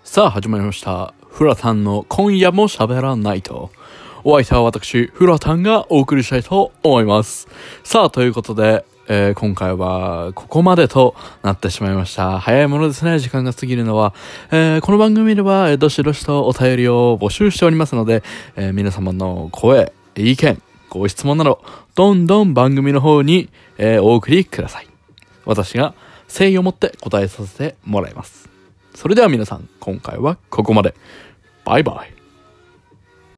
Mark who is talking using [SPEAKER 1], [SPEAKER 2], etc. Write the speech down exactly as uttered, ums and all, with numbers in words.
[SPEAKER 1] さあ始まりました。フラタンの今夜も喋らないと。お相手は私、フラタンがお送りしたいと思います。さあ、ということで、えー、今回はここまでとなってしまいました。早いものですね、時間が過ぎるのは。えー、この番組では、えー、どしどしとお便りを募集しておりますので、えー、皆様の声、意見、ご質問など、どんどん番組の方に、えー、お送りください。私が誠意を持って答えさせてもらいます。それでは皆さん、今回はここまで。バイバイ。